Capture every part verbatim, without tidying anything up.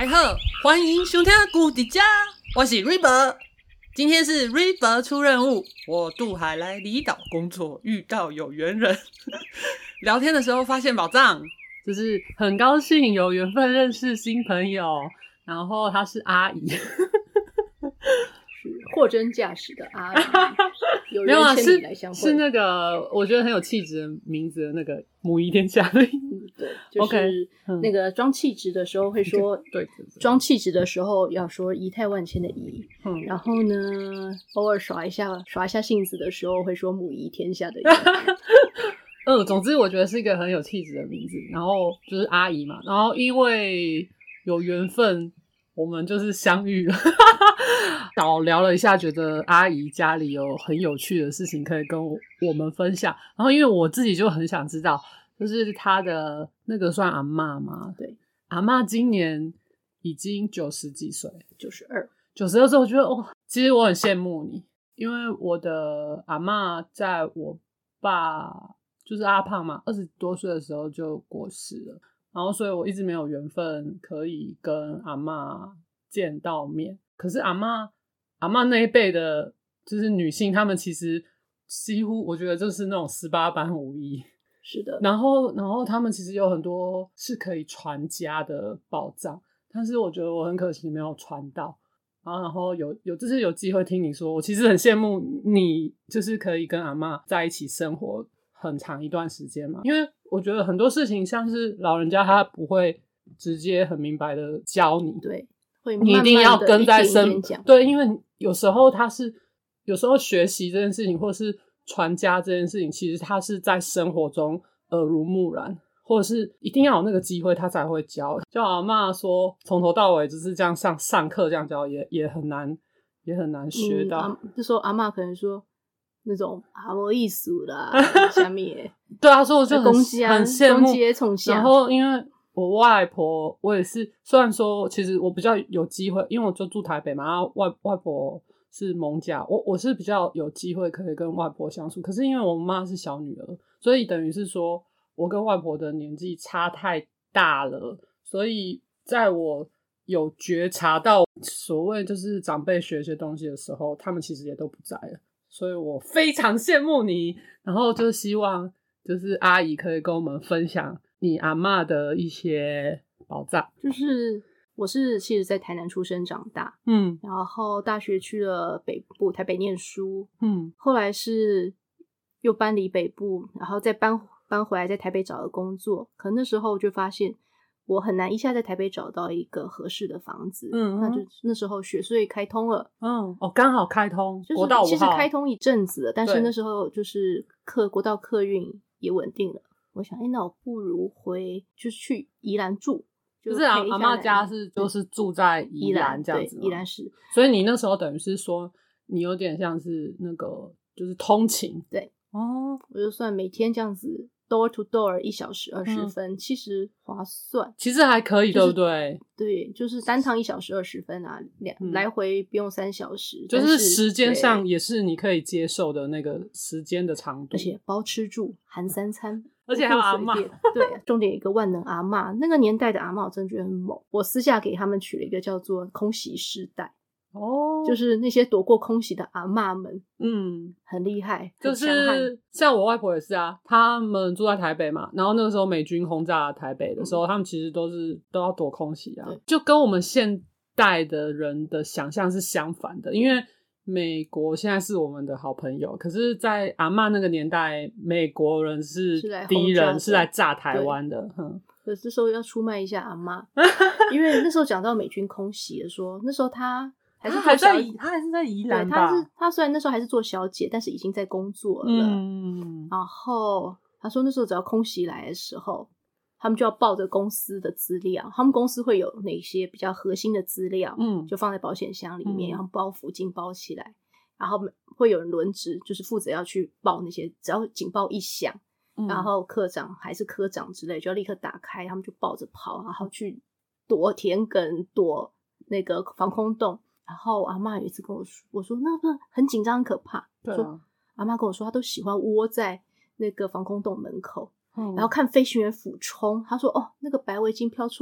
大家好，欢迎收听古迪家，我是 River。今天是 River 出任务，我渡海来离岛工作，遇到有缘人，聊天的时候发现宝藏，就是很高兴有缘分认识新朋友。然后她是阿姨， 是货真价实的阿姨，有没有啊， 缘千里来相会， 是那个我觉得很有气质的名字的那个母仪天下的意思。 对，就是 Okay, 嗯、 那个装气质的时候会说， 对， 装气质的时候要说仪态万千的仪， 嗯， 然后呢，偶尔耍一下耍一下性子的时候会说母仪天下的仪。 嗯，总之我觉得是一个很有气质的名字。然后就是阿姨嘛，然后因为有缘分，我们就是相遇了，小聊了一下，觉得阿姨家里有很有趣的事情可以跟我们分享。然后因为我自己就很想知道，就是她的那个算阿嬷吗？ 对， 阿嬷今年已经九十几岁， 九十二， 九十二岁，我觉得哦，其实我很羡慕你，因为我的阿嬷在我爸就是阿胖嘛，二十多岁的时候就过世了。然后所以我一直没有缘分可以跟阿嬷见到面。可是阿嬷阿嬷那一辈的就是女性，她们其实几乎我觉得就是那种十八般武艺。 是的， 然后然后她们其实有很多是可以传家的宝藏，但是我觉得我很可惜没有传到。然后然后有有就是有机会听你说，我其实很羡慕你就是可以跟阿嬷在一起生活很长一段时间嘛，因为我觉得很多事情像是老人家他不会直接很明白的教你， 对，会慢慢你一定要跟在身， 一点一点对，因为有时候他是有时候学习这件事情或是传家这件事情，其实他是在生活中耳濡目染，或者是一定要有那个机会他才会教。就阿嬷说从头到尾就是这样上上课这样教也也很难也很难学到、 嗯、这时候阿嬷可能说那种啊，没意思啦，下面对啊，所以我就很攻击啊， 很羡慕。然后因为我外婆，我也是，虽然说其实我比较有机会，因为我就住台北嘛，然后外外婆是艋舺，我我是比较有机会可以跟外婆相处。可是因为我妈是小女儿，所以等于是说我跟外婆的年纪差太大了，所以在我有觉察到所谓就是长辈学一些东西的时候，他们其实也都不在了。所以我非常羡慕你，然后就希望就是阿姨可以跟我们分享你阿嬷的一些宝藏。 就是我是其实在台南出生长大， 嗯， 然后大学去了北部台北念书， 嗯， 后来是又搬离北部，然后再搬搬回来在台北找了工作，可那时候就发现我很难一下在台北找到一个合适的房子， 嗯， 那就那时候雪隧开通了， 嗯，哦，刚好开通， 就是国道五号其实开通一阵子了，但是那时候就是客国道客运也稳定了，我想，哎，那我不如回就是去宜兰住， 就就是阿阿嬷家是就是住在宜兰这样子吗？ 宜兰市， 所以你那时候等于是说你有点像是那个就是通勤， 对， 哦， 我就算每天这样子。door to door 一小时二十分、嗯，其实划算， 其实还可以， 就是、 对不对？ 对，就是单趟一小时二十分啊，两、嗯、来回不用三小时， 就是时间上也是你可以接受的那个时间的长度， 而且包吃住含三餐， 而且还有阿嬷， 对，重点有一个万能阿嬷，那个年代的阿嬷我真的觉得很猛，我私下给他们取了一个叫做空袭世代。哦，就是那些躲过空袭的阿嬷们，嗯，很厉害， 就是像我外婆也是啊，他们住在台北嘛，然后那个时候美军轰炸台北的时候，嗯、他们其实都是都要躲空袭啊，就跟我们现代的人的想象是相反的，因为美国现在是我们的好朋友，可是在阿嬷那个年代，美国人是敌人，是来炸台湾的，哼。 可是这时候要出卖一下阿嬷，因为那时候讲到美军空袭的说，那时候他。还是还在，他还是在宜兰吧。 他是他虽然那时候还是做小姐，但是已经在工作了。嗯，然后他说那时候只要空袭来的时候，他们就要抱着公司的资料，他们公司会有哪些比较核心的资料，嗯，就放在保险箱里面，嗯、然后包袱巾包起来，然后会有人轮值，就是负责要去报那些，只要警报一响，嗯、然后科长还是科长之类，就要立刻打开，他们就抱着跑，然后去躲田埂，躲那个防空洞。然后阿嬷有一次跟我说，我说那不是很紧张很可怕， 对啊、 说阿嬷跟我说她都喜欢窝在那个防空洞门口，嗯、然后看飞行员俯冲，她说哦那个白围巾飘出来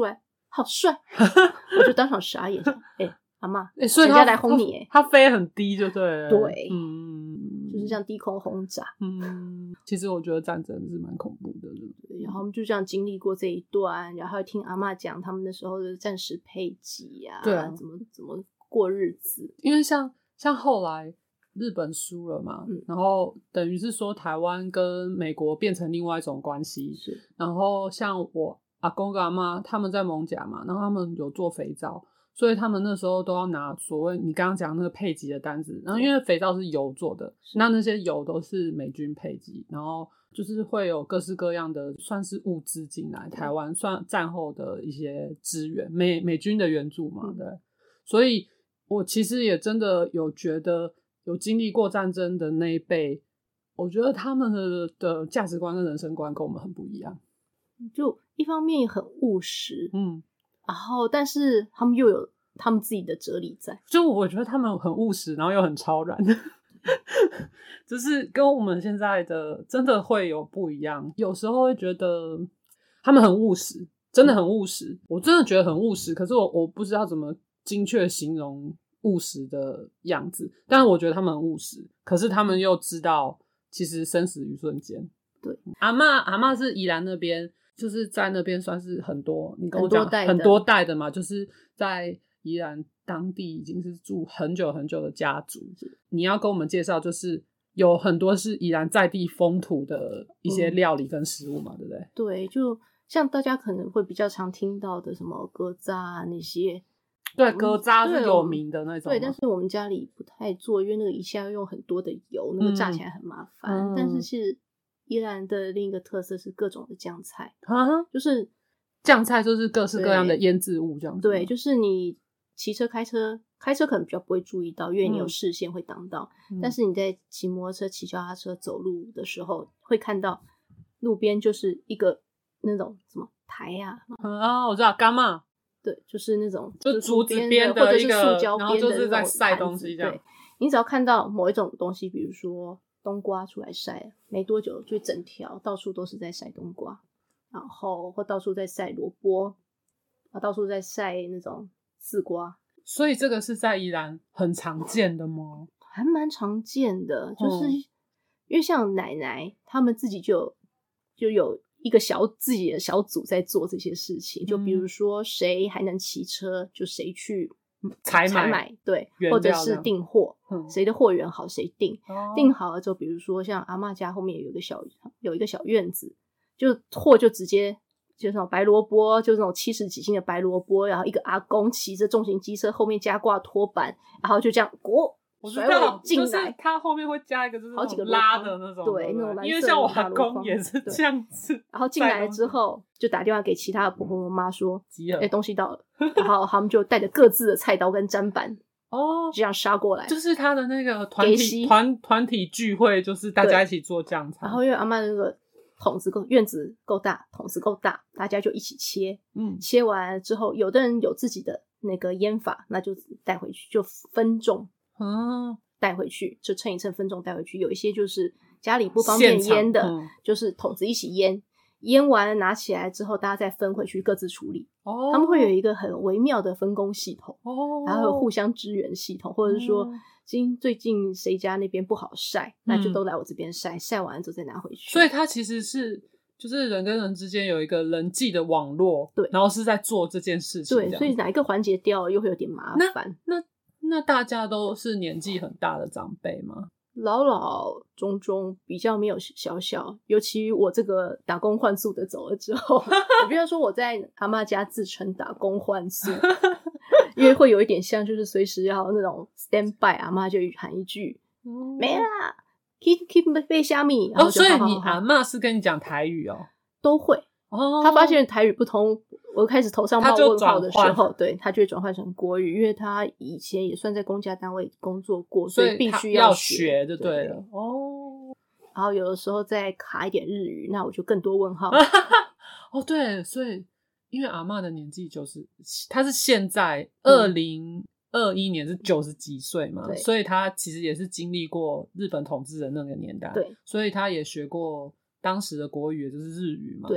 好帅，我就当场傻眼，哎、欸，阿嬷， 欸，所以他人家来轰你，哎， 他飞很低就对了， 对， 嗯， 就是这样低空轰炸， 嗯，其实我觉得战争是蛮恐怖的，对不对？ 然后我们就这样经历过这一段，然后听阿嬷讲他们那时候的战时配给啊， 对啊， 怎么怎么过日子， 因为像像后来日本输了嘛，嗯，然后等于是说台湾跟美国变成另外一种关系， 是， 然后像我阿公跟阿嬷他们在艋舺嘛，然后他们有做肥皂，所以他们那时候都要拿所谓你刚刚讲那个配给的单子，然后因为肥皂是油做的，那那些油都是美军配给，然后就是会有各式各样的算是物资进来台湾，算战后的一些资源，美美军的援助嘛，嗯，对，所以我其实也真的有觉得有经历过战争的那一辈，我觉得他们的的价值观跟人生观跟我们很不一样， 就一方面很务实， 嗯， 然后但是他们又有他们自己的哲理在， 就我觉得他们很务实，然后又很超然就是跟我们现在的真的会有不一样，有时候会觉得他们很务实，真的很务实，嗯，我真的觉得很务实，可是我我不知道怎么精确形容务实的样子，但是我觉得他们很务实，可是他们又知道其实生死于瞬间。 对， 阿嬷阿嬷是宜兰那边，就是在那边算是很多，你跟我讲很多代的很多代的嘛，就是在宜兰当地已经是住很久很久的家族。你要跟我们介绍，就是有很多是宜兰在地风土的一些料理跟食物嘛，嗯，对不对？ 对，就像大家可能会比较常听到的什么疙瘩啊那些， 对，疙瘩是有名的那种。 对，但是我们家里不太做，因为那个一下要用很多的油，那个炸起来很麻烦。嗯，但是是宜兰的另一个特色是各种的酱菜，啊，就是酱菜就是各式各样的腌制物这样子。 对，就是你骑车开车开车可能比较不会注意到，因为你有视线会挡到，嗯，但是你在骑摩托车骑脚踏车走路的时候会看到路边就是一个那种什么台啊， 嗯，啊，我知道干嘛， 对，就是那种就竹子编的或者是塑胶然后编的就是在晒东西这样。 对，你只要看到某一种东西，比如说冬瓜出来晒，没多久就整条到处都是在晒冬瓜，然后或到处在晒萝卜，啊，到处在晒那种丝瓜。 所以这个是在宜兰很常见的吗？ 还蛮常见的，就是，嗯，因为像奶奶他们自己就有就有一个小自己的小组在做这些事情，嗯，就比如说谁还能骑车，就谁去采买，采买对，或者是订货，嗯，谁的货源好谁订，哦，订好了之后，比如说像阿嬷家后面有一个小有一个小院子，就货就直接。就是那种白萝卜，就是那种七十几斤的白萝卜，然后一个阿公骑着重型机车，后面加挂拖板，然后就这样裹甩尾进来。就是他后面会加一个就是好几个拉的那种， 对，那种蓝色的， 因为像我阿公也是这样子。 然后进来了之后，就打电话给其他的婆婆妈妈说：“哎，东西到了。”然后他们就带着各自的菜刀跟砧板。哦，这样杀过来， 就是他的那个团体团团体聚会，就是大家一起做酱菜。 然后因为阿嬷那个桶子够院子够大，桶子够大，大家就一起切。嗯，切完之后，有的人有自己的那个腌法，那就带回去，就分重。嗯，带回去就称一称，分重带回去。有一些就是家里不方便腌的，嗯，就是桶子一起腌，腌完了拿起来之后，大家再分回去各自处理。哦，他们会有一个很微妙的分工系统。哦，然后有互相支援系统，或者是说。嗯，今最近谁家那边不好晒，那就都来我这边晒，晒完了之后再拿回去。 所以它其实是就是人跟人之间有一个人际的网络， 对， 然后是在做这件事情。 对，所以哪一个环节掉了又会有点麻烦。 那那那大家都是年纪很大的长辈吗？ 老老中中，比较没有小小，尤其我这个打工换宿的走了之后，我不要说我在阿嬷家自称打工换宿，因为会有一点像，就是随时要那种 stand by， 阿嬷就喊一句、嗯、没啦 keep keep 被虾米， 哦，所以你阿嬷是跟你讲台语哦， 都会哦。他发现台语不通，我开始头上冒问号的时候，对，他就会转换成国语，因为他以前也算在公家单位工作过，所以必须要学， 学就对了。对哦， 然后有的时候再卡一点日语，那我就更多问号。 哦，对，所以因为阿嬷的年纪就是，她是现在二零二一年是九十几岁嘛，所以她其实也是经历过日本统治的那个年代， 对， 所以她也学过当时的国语，也就是日语嘛， 对。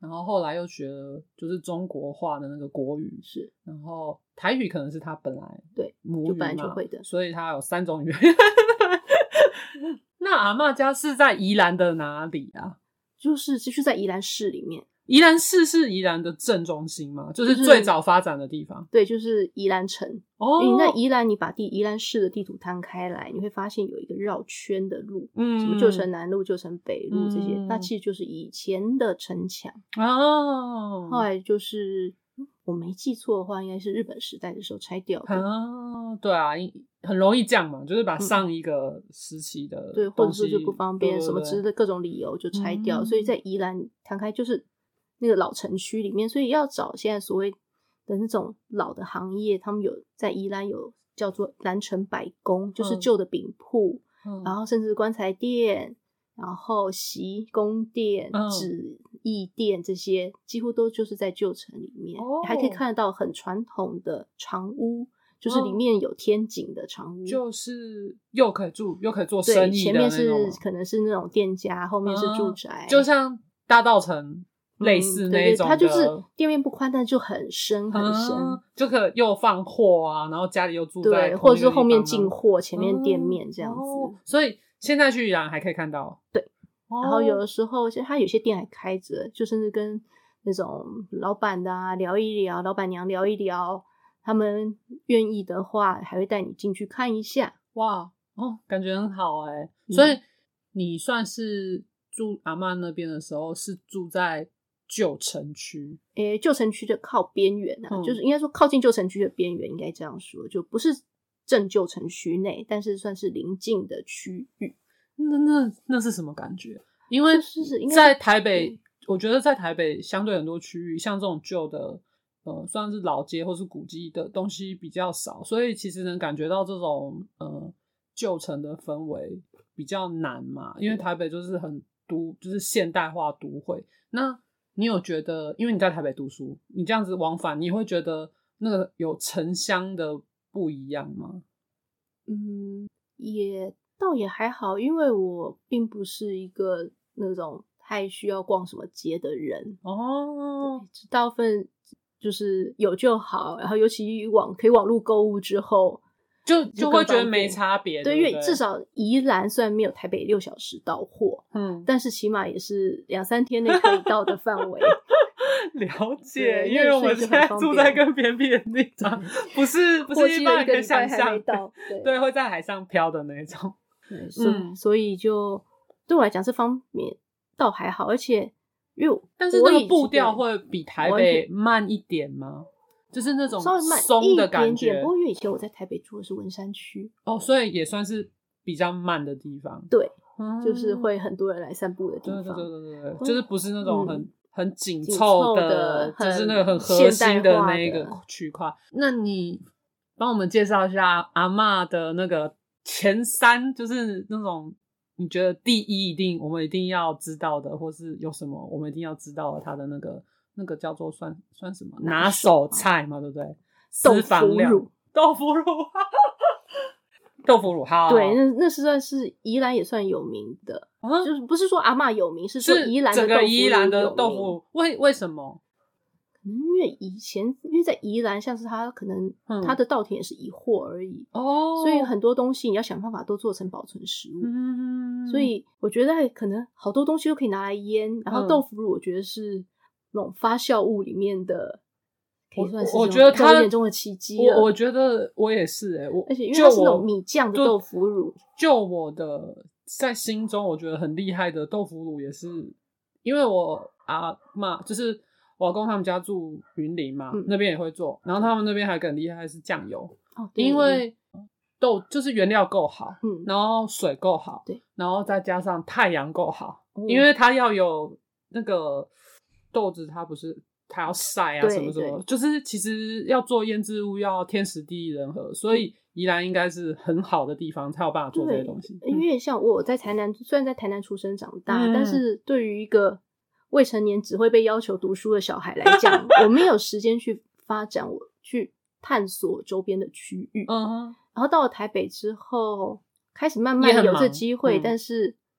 然后后来又学了就是中国话的那个国语， 是， 然后台语可能是他本来对母语嘛， 就本来就会的， 所以他有三种语言。那阿嬷家是在宜兰的哪里啊？ 就是就是在宜兰市里面。 宜兰市是宜兰的正中心吗？就是最早发展的地方。 对，就是宜兰城。 哦， 你在宜兰，你把地宜兰市的地图摊开来，你会发现有一个绕圈的路， 嗯， 什么旧城南路、旧城北路这些， 嗯、 那其实就是以前的城墙。 哦， 后来就是我没记错的话，应该是日本时代的时候拆掉的。 哦，对啊，很容易这样嘛，就是把上一个时期的、 嗯、对，或者说就不方便， 对对对什么之类各种理由就拆掉。嗯、所以在宜兰摊开就是那个老城区里面，所以要找现在所谓的那种老的行业，他们有在宜兰有叫做兰城百工，就是旧的饼铺、嗯，然后甚至棺材店，然后习工店、 嗯、 纸艺店，这些几乎都就是在旧城里面、哦、还可以看得到很传统的长屋，就是里面有天井的长屋、哦、 就是又可以住又可以做生意的那种， 前面是可能是那种店家，后面是住宅、 嗯、就像大稻埕类似那种的、 嗯、对对，它就是店面不宽，但就很深很深、 嗯、就可以又放货啊，然后家里又住在对，或者是后面进货，前面店面这样子、 哦、所以现在去宜兰还可以看到。 对、哦、然后有的时候它有些店还开着，就甚至跟那种老板的啊聊一聊，老板娘聊一聊，他们愿意的话还会带你进去看一下。 哇哦，感觉很好欸、嗯、所以你算是住阿嬷那边的时候是住在旧城区， 诶，旧城区的靠边缘啊、嗯，就是应该说靠近旧城区的边缘，应该这样说，就不是正旧城区内，但是算是邻近的区域。 那那那是什么感觉？因为在台北，我觉得在台北相对很多区域，像这种旧的，呃，算是老街或是古迹的东西比较少，所以其实能感觉到这种呃旧城的氛围比较难嘛，因为台北就是很都就是现代化都会。那你有觉得，因为你在台北读书，你这样子往返，你会觉得那个有城乡的不一样吗？ 嗯，也倒也还好，因为我并不是一个那种太需要逛什么街的人哦。大部分就是有就好，然后尤其网可以网络购物之后， 就就会觉得没差别。 对， 对， 因为至少宜兰虽然没有台北六小时到货， 嗯， 但是起码也是两三天内可以到的范围。 了解，因为我们现在住在更偏僻的地方，不是不是一般人可以想象，对, 对，会在海上漂的那种。 对，所以、嗯、所以就对我来讲这方面倒还好，而且因为但是那个步调会比台北慢一点吗？就是那种松的感觉。 稍微慢一点点，不过因为以前我在台北住的是文山区哦，所以也算是比较慢的地方。 对，嗯、就是会很多人来散步的地方。 对对对对对，就是不是那种很、嗯、很紧凑的，就是那个很核心的那一个区块。那你帮我们介绍一下阿嬷的那个前三，就是那种你觉得第一一定我们一定要知道的，或是有什么我们一定要知道的，他的那个那个叫做算算什么拿手菜嘛，对不对？ 豆腐乳， 豆腐乳，豆腐乳，好， 对，那那是算是宜兰也算有名的，啊、就是不是说阿嬷有名，是说宜兰的整个宜兰的豆腐乳，为为什么？ 因为以前因为在宜兰，像是它可能它的稻田也是一货而已哦、嗯，所以很多东西你要想办法都做成保存食物，嗯，所以我觉得可能好多东西都可以拿来腌，然后豆腐乳我觉得是那种发酵物里面的，可以算是我觉得它眼中的奇迹了。 我我觉得我也是诶、欸，我而且因为它是那种米酱的豆腐乳， 就我的在心中我觉得很厉害的豆腐乳也是，因为我阿嬷就是我阿公他们家住云林嘛、嗯，那边也会做，然后他们那边还更厉害是酱油，哦，因为豆就是原料够好，嗯，然后水够好，对，然后再加上太阳够好、嗯，因为它要有那个豆子，它不是它要晒啊什么什么，就是其实要做腌制物要天时地利人和，所以宜兰应该是很好的地方才有办法做这些东西。 因为像我在台南，虽然在台南出生长大、嗯，但是对于一个未成年只会被要求读书的小孩来讲，我没有时间去发展，我去探索周边的区域。嗯，然后到了台北之后，开始慢慢有这机会、嗯，但是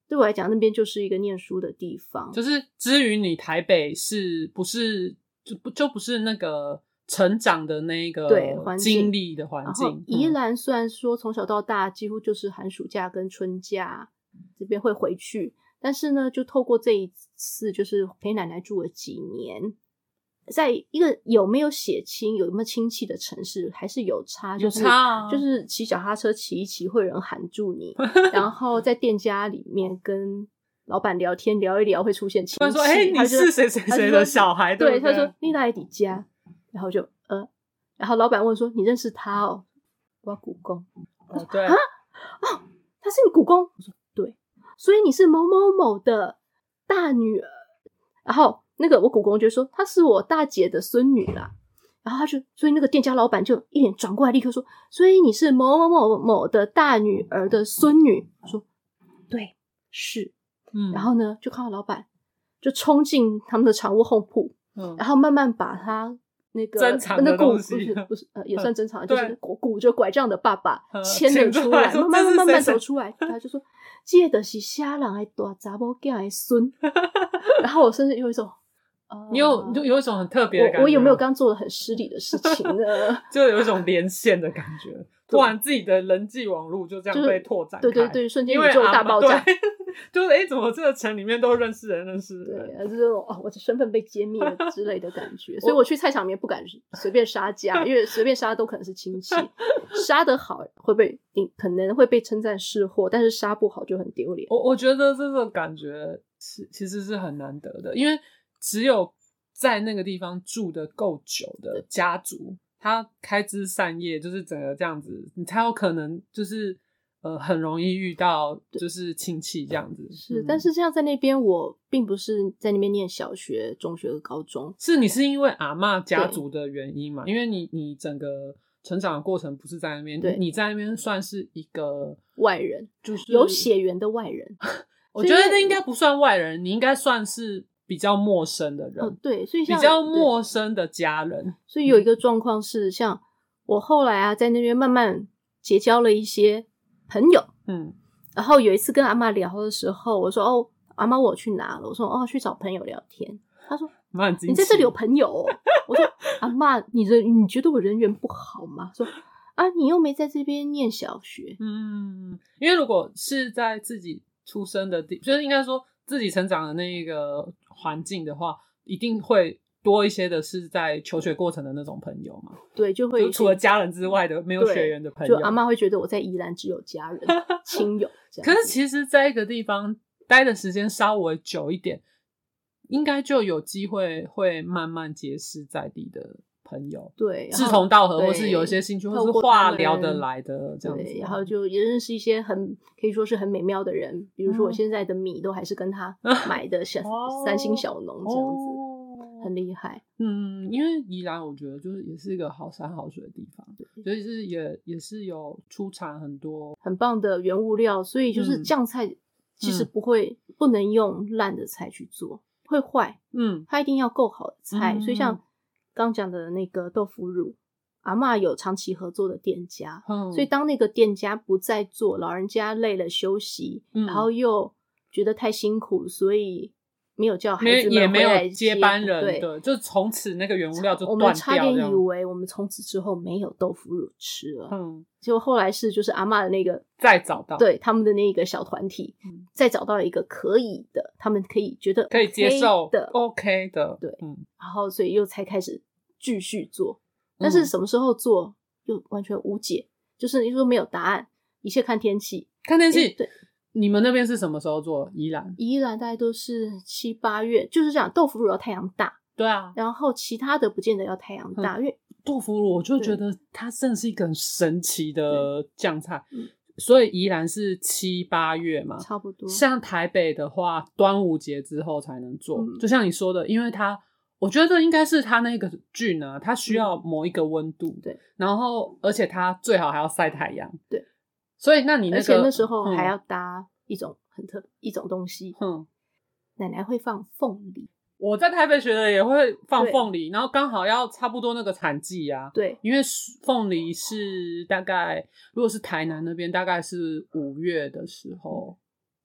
对我来讲那边就是一个念书的地方。 就是至于你台北是不是就不就不是那个成长的那个经历的环境。然后宜兰虽然说从小到大几乎就是寒暑假跟春假这边会回去，但是呢就透过这一次就是陪奶奶住了几年，在一个有没有血亲有没有亲戚的城市还是有差，就是有差、啊、 就是骑脚踏车骑一骑会有人喊住你然后在店家里面跟老板聊天聊一聊会出现亲戚， 说哎、欸，你是谁谁谁的小孩，对对，他说你哪里家，然后就呃，然后老板问说你认识他哦，我姑公。 哦对啊哦，他是你姑公？我说对，所以你是某某某的大女儿。然后那个我姑公就说他是我大姐的孙女啦，然后他就所以那个店家老板就一脸转过来立刻说，所以你是某某某某的大女儿的孙女？我说对是。嗯，然后呢就看到老板就冲进他们的常务后铺，嗯，然后慢慢把他那个珍藏的东西， 不是不是呃也算珍藏，就是鼓着拐杖的爸爸牵了出来，慢慢慢慢走出来，他就说这就是啥人的大查某囝的孙然后我甚至有一种呃、你有就有一种很特别的感觉， 我, 我有没有刚做了很失礼的事情呢就有一种连线的感觉突然自己的人际网络就这样被拓展开、 就是、对对对，瞬间宇宙大爆炸就是哎、欸，怎么这个城里面都认识人认识人， 对，就是哦，我的身份被揭秘了之类的感觉所以我去菜场里面不敢随便杀价因为随便杀都可能是亲戚杀得好会被可能会被称赞是货，但是杀不好就很丢脸。 我我觉得这种感觉是其实是很难得的，因为只有在那个地方住的够久的家族，他开枝散叶，就是整个这样子，你才有可能就是呃很容易遇到就是亲戚这样子。 是、 嗯， 但是这样在那边我并不是在那边念小学、中学和高中。 是你是因为阿嬷家族的原因嘛？因为你你整个成长的过程不是在那边，对，你在那边算是一个外人， 就是有血缘的外人。 我觉得那应该不算外人，你应该算是比较陌生的人。 哦，对，所以像比较陌生的家人。 所以有一个状况是，像我后来啊，在那边慢慢结交了一些朋友。嗯，然后有一次跟阿嬷聊的时候，我说：“哦，阿嬷，我去哪了？”我说：“哦，去找朋友聊天。”他说：“你在这里有朋友哦？”我说：“阿嬷，你人你觉得我人缘不好吗？”说：“啊，你又没在这边念小学。” 嗯，因为如果是在自己出生的地，就是应该说自己成长的那个环境的话，一定会多一些的是在求学过程的那种朋友嘛。 对，就会就除了家人之外的没有血缘的朋友， 就阿嬷会觉得我在宜兰只有家人亲友这样。 可是其实在一个地方待的时间稍微久一点，应该就有机会会慢慢结识在地的朋友， 对， 志同道合，或是有一些兴趣，或是话聊得来的这样子。 对，然后就也认识一些很可以说是很美妙的人，比如说我现在的米都还是跟他买的小三星小农这样子，哦、很厉害。 嗯，因为宜兰我觉得就是也是一个好山好水的地方，所以是也也是有出产很多很棒的原物料，所以就是酱菜其实不会、嗯、不能用烂的菜去做，会坏。嗯，它一定要够好的菜，嗯、所以像刚讲的那个豆腐乳，阿嬷有长期合作的店家、嗯、所以当那个店家不再做，老人家累了休息、嗯、然后又觉得太辛苦，所以没有叫孩子们回来接， 也没有接班人，对，对，就从此那个原物料就断掉。 我们差点以为我们从此之后没有豆腐乳吃了，嗯，结果后来是就是阿嬷的那个再找到， 对他们的那个小团体、嗯、再找到了一个可以的，他们可以觉得、OK、 可以接受的 OK 的， 对，嗯，然后所以又才开始继续做，但是什么时候做又完全无解、嗯、就是你说没有答案，一切看天气， 看天气，对。你们那边是什么时候做？宜兰宜兰大概都是七八月，就是这样。豆腐乳要太阳大， 对啊， 然后其他的不见得要太阳大、嗯、因为豆腐乳我就觉得它真的是一个很神奇的酱菜，所以宜兰是七八月嘛， 差不多。 像台北的话端午节之后才能做、嗯、就像你说的，因为它我觉得应该是它那个菌啊，它需要某一个温度、嗯、对，然后而且它最好还要晒太阳， 对， 所以那你那个而且那时候还要搭一种很特、嗯、一种东西，嗯，奶奶会放凤梨。 我在台北学的也会放凤梨，然后刚好要差不多那个产季啊， 对， 因为凤梨是大概如果是台南那边大概是五月的时候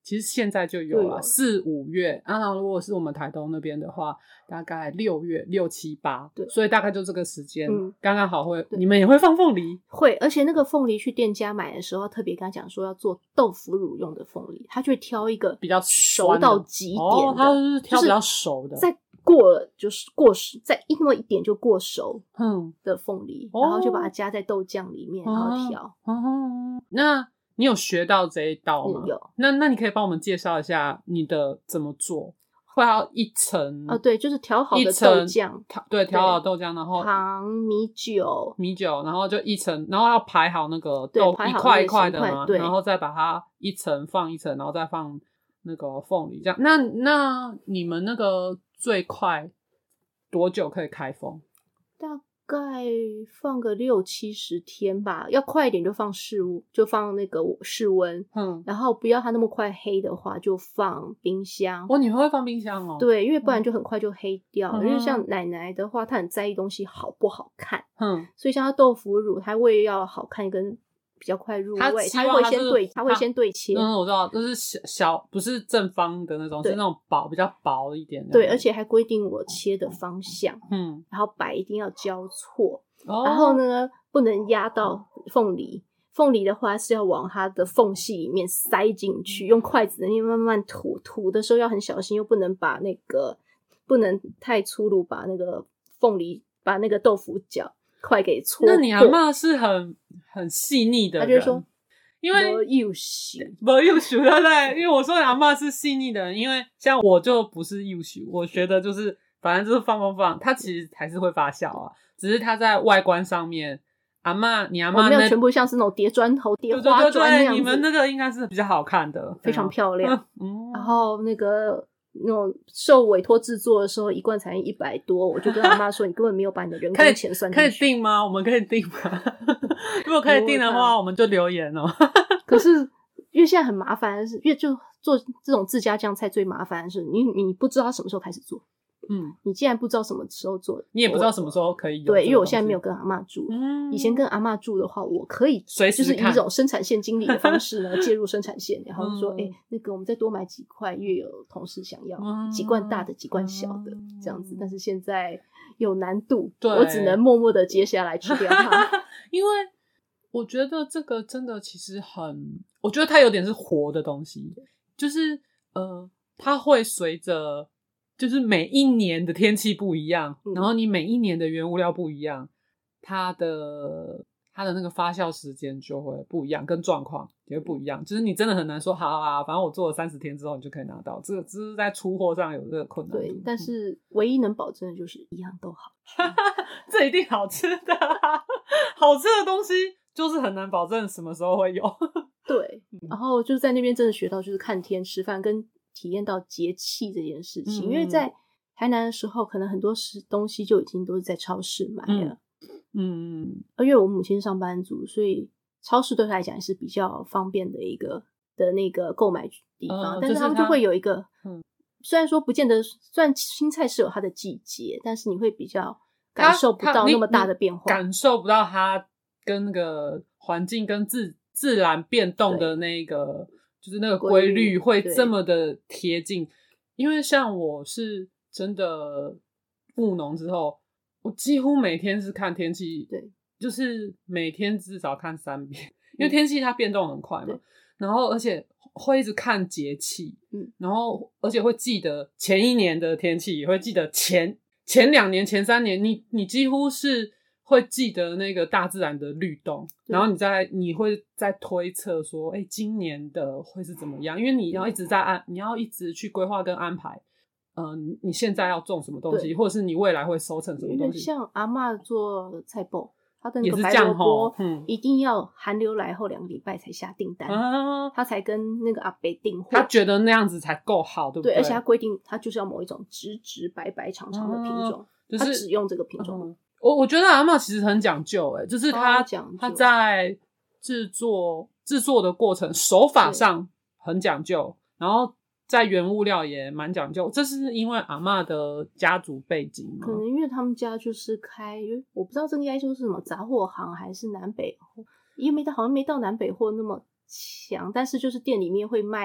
其实现在就有了，四五月啊，如果是我们台东那边的话，大概六月六七八，对，所以大概就这个时间，嗯，刚刚好会，你们也会放凤梨？ 会，而且那个凤梨去店家买的时候，特别跟他讲说要做豆腐乳用的凤梨，他就会挑一个比较熟到极点的， 哦，他是挑比较熟的， 在过了就是过时，再那么一点就过熟的凤梨，嗯，然后就把它加在豆浆里面，哦，然后调。 哦，那你有学到这一道吗？ 有。 那那你可以帮我们介绍一下你的怎么做？会要一层哦，对，就是调好的豆浆， 对，调好的豆浆，然后糖、米酒、 米酒，然后就一层，然后要排好那个豆一块一块的嘛，然后再把它一层放一层，然后再放那个凤梨，这样。那那你们那个最快多久可以开封？ 大概放个六七十天吧，要快一点就放室温，就放那个室温，嗯，然后不要它那么快黑的话，就放冰箱。 哦，你们会放冰箱哦？ 对，因为不然就很快就黑掉了。嗯，因为像奶奶的话，她很在意东西好不好看，嗯，所以像她豆腐乳，她为了要好看跟比较快入味，他会先对，他会先对切。 嗯，我知道，就是小小，不是正方的那种，是那种薄，比较薄一点的。 对，而且还规定我切的方向，嗯，然后摆一定要交错，哦，然后呢不能压到凤梨，凤梨的话是要往它的缝隙里面塞进去，用筷子那边慢慢吐，吐的时候要很小心，又不能把那个不能太粗鲁，把那个凤梨把那个豆腐角快给戳破。 那你阿嬷是很很细腻的人， 他就说， 因为没幼秀， 没幼秀，对不对？因为我说你阿嬷是细腻的人，因为像我就不是幼秀，我觉得就是反正就是放放放，它其实还是会发酵啊，只是它在外观上面，阿嬷你阿嬷没有全部像是那种叠砖头、叠花砖那样子， 你们那个应该是比较好看的， 非常漂亮。嗯，然后那个。那种受委托制作的时候，一罐才一百多，我就跟阿妈说：“你根本没有把你的人工钱算进去。” 可以订吗？我们可以订吗？如果可以订的话，我们就留言哦。 可是因为现在很麻烦的是，因为就做这种自家酱菜最麻烦的是，你你不知道他什么时候开始做。嗯，你既然不知道什么时候做， 你也不知道什么时候可以有。 对，因为我现在没有跟阿嬷住。嗯，以前跟阿嬷住的话，我可以随时就是以一种生产线经理的方式呢介入生产线，然后说，哎、嗯欸，那个我们再多买几块，因为有同事想要、嗯、几罐大的，几罐小的、嗯、这样子。但是现在有难度，我只能默默的接下来吃掉它， 因为我觉得这个真的其实很，我觉得它有点是活的东西，就是呃，它会随着。就是每一年的天气不一样、嗯、然后你每一年的原物料不一样，它的它的那个发酵时间就会不一样，跟状况也会不一样，就是你真的很难说好啊，反正我做了三十天之后你就可以拿到，这个只是在出货上有这个困难。 对，但是唯一能保证的就是一样都好吃这一定好吃的好吃的东西就是很难保证什么时候会有对，然后就在那边真的学到就是看天吃饭跟体验到节气这件事情、嗯、因为在台南的时候可能很多东西就已经都是在超市买了，嗯嗯，因为我母亲是上班族，所以超市对他来讲是比较方便的一个的那个购买地方、嗯、但是他们就会有一个、嗯、虽然说不见得，虽然青菜是有它的季节，但是你会比较感受不到那么大的变化， 感受不到它跟那个环境跟自自然变动的那个就是那个规律会这么的贴近。因为像我是真的务农之后，我几乎每天是看天气，对，就是每天至少看三遍，因为天气它变动很快嘛，然后而且会一直看节气，嗯，然后而且会记得前一年的天气，也会记得前前两年、前三年，你你几乎是会记得那个大自然的律动，然后你再你会再推测说，哎，今年的会是怎么样？因为你要一直在安，你要一直去规划跟安排，嗯、呃，你现在要种什么东西，或者是你未来会收成什么东西。 像阿嬷做菜包，她的那个白萝卜，嗯，一定要寒流来后两个礼拜才下订单，啊，她才跟那个阿伯订货。 她觉得那样子才够好，对不对？ 对，而且她规定，她就是要某一种直直白白长长的品种，她、嗯就是、只用这个品种。嗯我我觉得阿嬷其实很讲究诶、欸、就是她她在制作制作的过程手法上很讲究，然后在原物料也蛮讲究，这是因为阿嬷的家族背景吗？ 可能因为他们家就是开，我不知道这应该就是什么杂货行还是南北货，因为没到好像没到南北货那么强，但是就是店里面会卖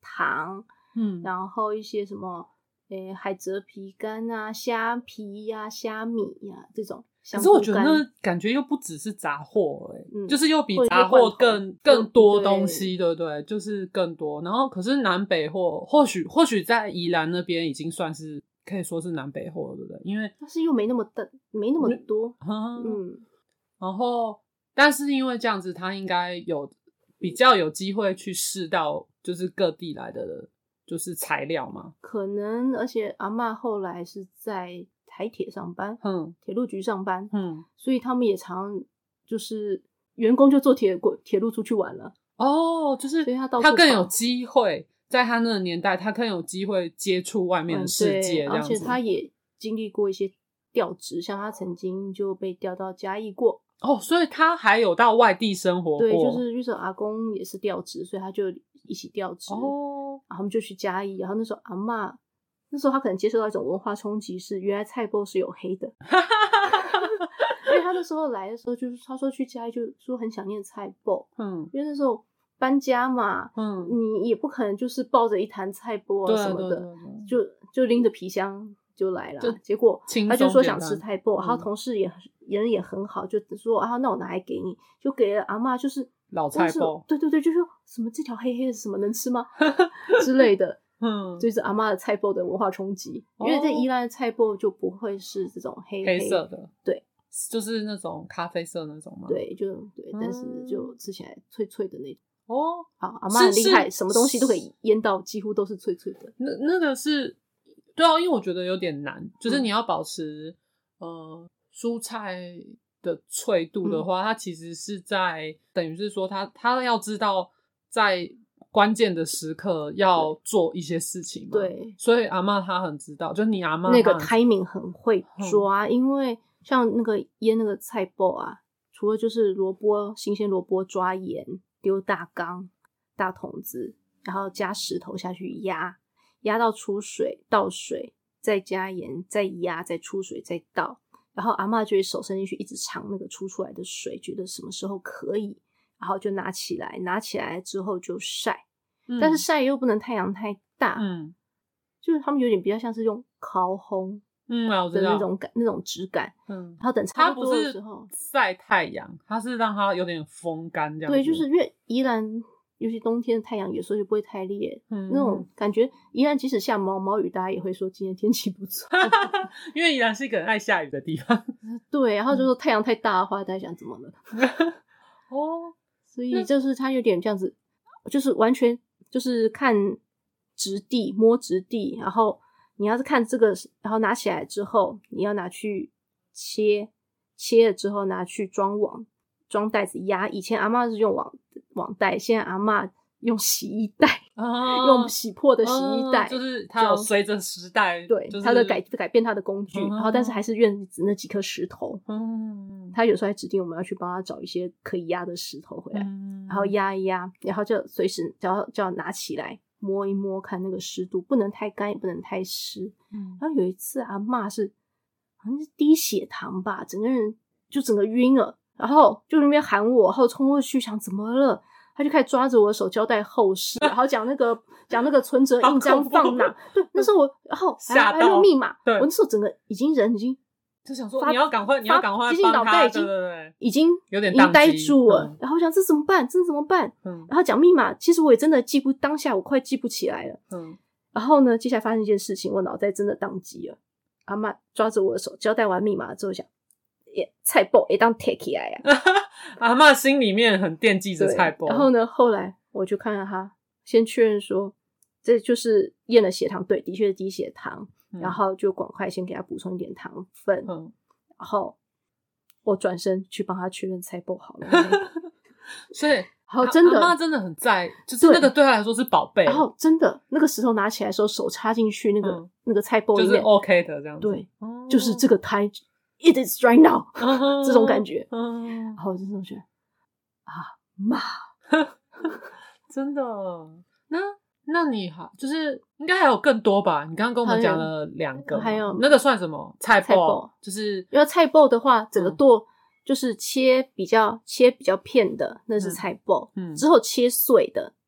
糖， 嗯， 然后一些什么诶海蜇皮干啊、虾皮呀、啊、虾米呀、啊、这种。 可是我觉得那感觉又不只是杂货欸、 嗯， 就是又比杂货更更多东西，对不对？就是更多。然后可是南北货，或许或许在宜兰那边已经算是可以说是南北货了，对不对？因为但是又没那么大，没那么多，嗯。 嗯，然后但是因为这样子，他应该有比较有机会去试到就是各地来的就是材料嘛， 可能。而且阿嬷后来是在台铁上班，嗯，铁路局上班，嗯，所以他们也常就是员工就坐铁铁路出去玩了。 哦，就是所以他到处他更有机会，在他那个年代，他更有机会接触外面的世界， 嗯、对，而且他也经历过一些调职，像他曾经就被调到嘉义过。 哦，所以他还有到外地生活过。 对，就是就是阿公也是调职，所以他就一起调职。哦，然后他们就去嘉义，然后那时候阿嬷。那时候他可能接受到一种文化冲击，是原来菜脯是有黑的。因为他那时候来的时候，就是他说去嘉义，就说很想念菜脯。嗯，因为那时候搬家嘛，嗯，你也不可能就是抱着一坛菜脯啊什么的，对对对对，就就拎着皮箱就来了。结果他就说想吃菜脯，然后同事也人也很好，就说啊，那我拿来给你，就给了阿嬷，就是老菜脯。 对对对，就说什么这条黑黑的是什么能吃吗之类的。嗯，就是阿嬷的菜脯的文化冲击，因为在宜兰的菜脯就不会是这种黑黑色的， 对， 就是那种咖啡色那种嘛。 对，就对，嗯、但是就吃起来脆脆的那种。哦，好，阿嬷很厉害，什么东西都可以腌到几乎都是脆脆的。 那那个是，对啊，因为我觉得有点难，就是你要保持、嗯、呃蔬菜的脆度的话，嗯、它其实是在等于是说他他要知道在。关键的时刻要做一些事情嘛， 对， 所以阿嬷她很知道，就你阿嬷那个 timing 很会抓、嗯，因为像那个腌那个菜脯啊，除了就是萝卜新鲜萝卜抓盐丢大缸大桶子，然后加石头下去压，压到出水倒水，再加盐，再压，再出水，再倒，然后阿嬷就会手伸进去一直尝那个出出来的水，觉得什么时候可以。然后就拿起来，拿起来之后就晒，嗯、但是晒又不能太阳太大，嗯，就是他们有点比较像是用烤烘，嗯，的那种感，那种质感，嗯，然后等差不多的时候， 它不是晒太阳，它是让它有点风干这样子。 对，就是因为宜兰，尤其冬天的太阳有时候就不会太烈，嗯，那种感觉，宜兰即使下毛毛雨，大家也会说今天天气不错， 因为宜兰是一个很爱下雨的地方。 对，然后就说太阳太大的话，大家想怎么了？哦。所以就是它有点这样子，就是完全就是看质地，摸质地，然后你要是看这个，然后拿起来之后，你要拿去切，切了之后拿去装网，装袋子压。以前阿嬷是用网网袋，现在阿嬷用洗衣袋，哦、用洗破的洗衣袋， 哦、就是它有随着时代， 对， 就是、 它的改改变它的工具，哦、然后但是还是愿指那几颗石头。嗯，他有时候还指定我们要去帮他找一些可以压的石头回来，嗯、然后压一压，然后就随时就要就要拿起来摸一摸，看那个湿度，不能太干，也不能太湿。嗯，然后有一次阿嬷是好像是低血糖吧，整个人就整个晕了，然后就那边喊我，然后冲过去想怎么了。他就开始抓着我的手交代后事，然后讲那个讲那个存折印章放哪。对，那时候我，然后还还有密码。对，我那时候整个已经人已经就想说你要赶快，你要赶快帮他，脑袋已经对对对已经有点已经呆住了。 嗯、 然后我想这怎么办？这怎么办？嗯，然后讲密码，其实我也真的记不，当下我快记不起来了。嗯，然后呢，接下来发生一件事情，我脑袋真的宕机了。阿嬷抓着我的手，交代完密码之后想。菜脯也当 take 起来呀、啊， 阿嬷心里面很惦记着菜脯。 然后呢，后来我就看到他，先确认说这就是验了血糖，对，的确是低血糖，嗯、然后就赶快先给他补充一点糖分，嗯、然后我转身去帮他确认菜脯好了。 所以， 好，真的， 阿嬷真的很在，就是那个对他来说是宝贝。 然后真的，那个石头拿起来的时候，手插进去那个、嗯、那个菜脯里面， 就是 OK 的这样子。 对，哦、就是这个胎。It is right now，、uh-huh, 这种感觉， uh-huh. 然后我就这种觉得啊妈， 真的，那那你好，就是应该还有更多吧？你刚刚跟我们讲了两个， 还有那个算什么？菜脯，就是因为菜脯的话，整个剁、嗯、就是切比较切比较片的，那是菜脯，嗯，之后切碎的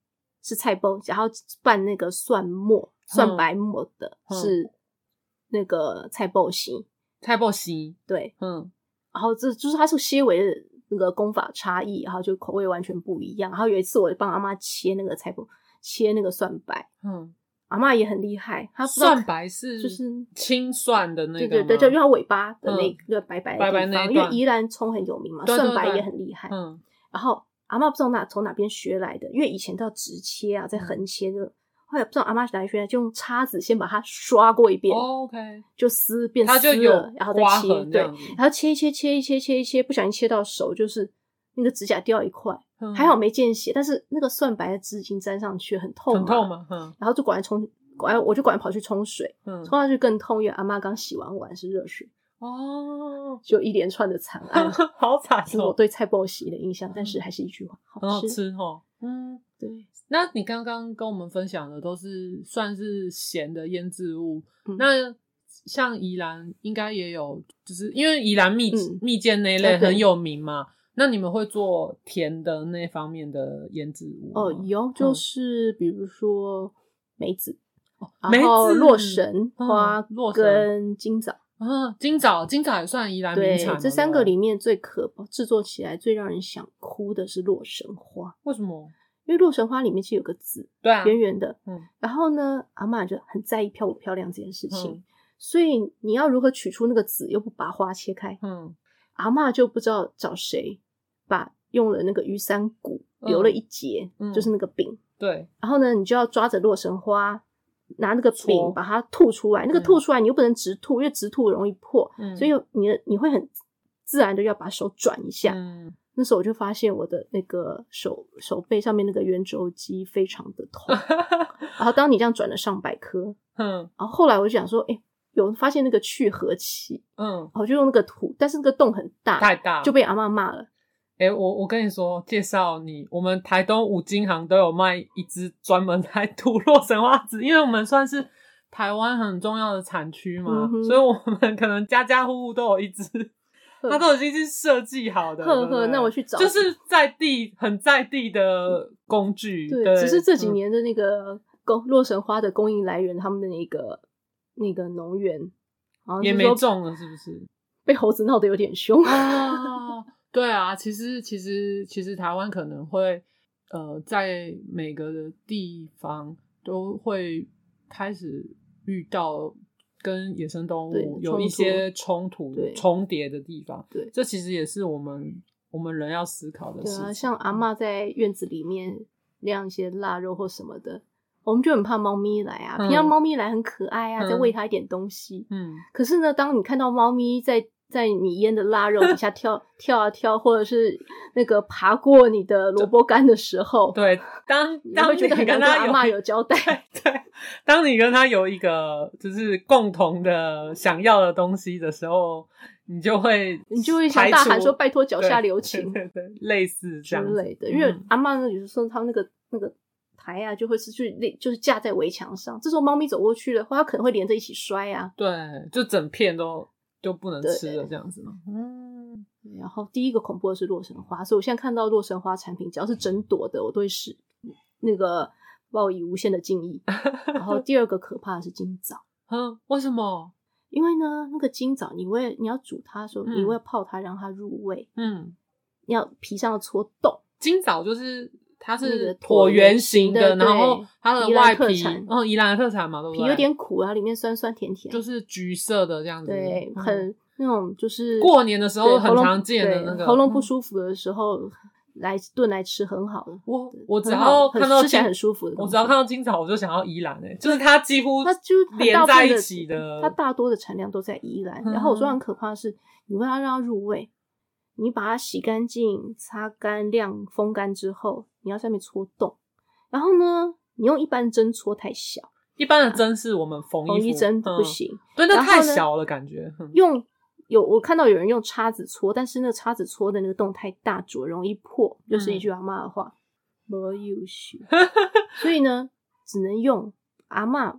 是菜包，然后拌那个蒜末、蒜白末的、嗯、是那个菜包丝。 菜包丝， 对， 嗯， 然后这就是它是些微的那个功法差异，然后就口味完全不一样。然后有一次我帮阿嬷切那个菜包，切那个蒜白，嗯，阿嬷也很厉害，她不知道蒜白是就是青蒜的那个吗？ 对对对，就用它尾巴的那个白白的地方， 白白那因为宜兰葱很有名嘛， 对对对， 蒜白也很厉害。嗯，然后阿嬷不知道哪从哪边学来的，因为以前都要直切啊，再横切就。后来不知道阿嬷哪里学来，就用叉子先把它刷过一遍、 oh, OK， 就丝变丝了， 它就有然后再切，对，然后切一切切一切切一切，不小心切到手，就是那个指甲掉一块、嗯，还好没见血，但是那个蒜白的汁已经沾上去，很痛嘛， 很痛嘛，嗯， 然后就赶快冲，赶快我就赶快跑去冲水，嗯，冲下去更痛，因为阿嬷刚洗完碗是热水，哦，就一连串的惨案， 好惨、哦， 是我对菜包洗的印象，但是还是一句话，好吃， 很好吃哦，嗯，对。那你刚刚跟我们分享的都是算是咸的腌制物、嗯、那像宜兰应该也有，就是因为宜兰蜜、嗯、蜜饯那一类很有名嘛、嗯、那你们会做甜的那方面的腌制物吗？ 哦，有，就是比如说梅子、嗯、然后洛神花跟金枣、 啊，金枣，金枣也算宜兰名产。 对，这三个里面最可制作起来最让人想哭的是洛神花。 为什么？ 因为洛神花里面其实有个籽， 对啊， 圆圆的， 嗯， 然后呢，阿嬷就很在意漂不漂亮这件事情，嗯、所以你要如何取出那个籽，又不把花切开，嗯，阿嬷就不知道找谁，把用了那个鱼三骨留了一截、嗯，就是那个柄， 对， 然后呢，你就要抓着洛神花，拿那个柄把它吐出来，那个吐出来你又不能直吐，因为直吐容易破，嗯、所以你你会很自然的要把手转一下，嗯。那时候我就发现我的那个手手背上面那个圆肘肌非常的痛，然后当你这样转了上百颗，嗯，然后后来我就想说，哎、欸，有发现那个去核器，嗯，我就用那个吐，但是那个洞很大， 太大， 就被阿嬷骂了。 哎、欸，我我跟你说，介绍你，我们台东五金行都有卖一支专门来吐洛神花籽，因为我们算是台湾很重要的产区嘛、嗯，所以我们可能家家户户都有一支。它都已经是设计好的， 呵呵，那我去找， 就是在地很在地的工具。 对， 对只是这几年的那个供洛神花的供应来源，他们的那个那个农园也没种了，是不是？ 被猴子闹得有点凶啊！对啊，其实其实其实台湾可能会呃，在每个的地方都会开始遇到。跟野生动物有一些冲突重叠的地方， 对， 这其实也是我们我们人要思考的事情。 对啊，像阿嬷在院子里面晾一些腊肉或什么的，我们就很怕猫咪来啊。嗯、平常猫咪来很可爱啊，再喂它一点东西。嗯，可是呢，当你看到猫咪在在你腌的腊肉底下跳跳啊跳，或者是那个爬过你的萝卜干的时候， 对，当当你跟他阿嬷有交代， 对，对，当你跟他有一个就是共同的想要的东西的时候，你就会你就会想大喊说拜托脚下留情， 对对对，类似这样之类的。因为阿嬷有时候他那个那个台啊，就会是去就是架在围墙上，这时候猫咪走过去的话，它可能会连着一起摔啊， 对，就整片都。就不能吃了这样子吗？ 嗯，然后第一个恐怖的是洛神花，所以我现在看到洛神花产品，只要是整朵的，我都会是那个抱以无限的敬意。然后第二个可怕的是金枣， 嗯，为什么？ 因为呢，那个金枣，你为你要煮它的时候，嗯、你为泡它让它入味，嗯，你要皮上要戳洞。 金枣就是它是椭圆形的，然后它的外皮，哦，宜兰的特产嘛，对不对？ 皮有点苦，然后里面酸酸甜甜， 就是橘色的这样子， 对，嗯、很那种就是过年的时候很常见的那个， 喉咙不舒服的时候。嗯来炖来吃很好的， 我我只要看到吃起来很舒服的， 我只要看到金枣我就想要宜兰诶，就是它几乎它就连在一起的， 它大多的产量都在宜兰。嗯、然后我说很可怕的是，你为它让它入味，你把它洗干净、擦干、晾、风干之后，你要上面戳洞，然后呢，你用一般针戳太小， 一般的针是我们缝衣服， 缝衣针不行， 嗯、对，那太小了感觉，嗯、 用。有我看到有人用叉子戳，但是那个叉子戳的那个洞太大，煮容易破，嗯、就是一句阿嬷的话，没有学。所以呢，只能用阿嬷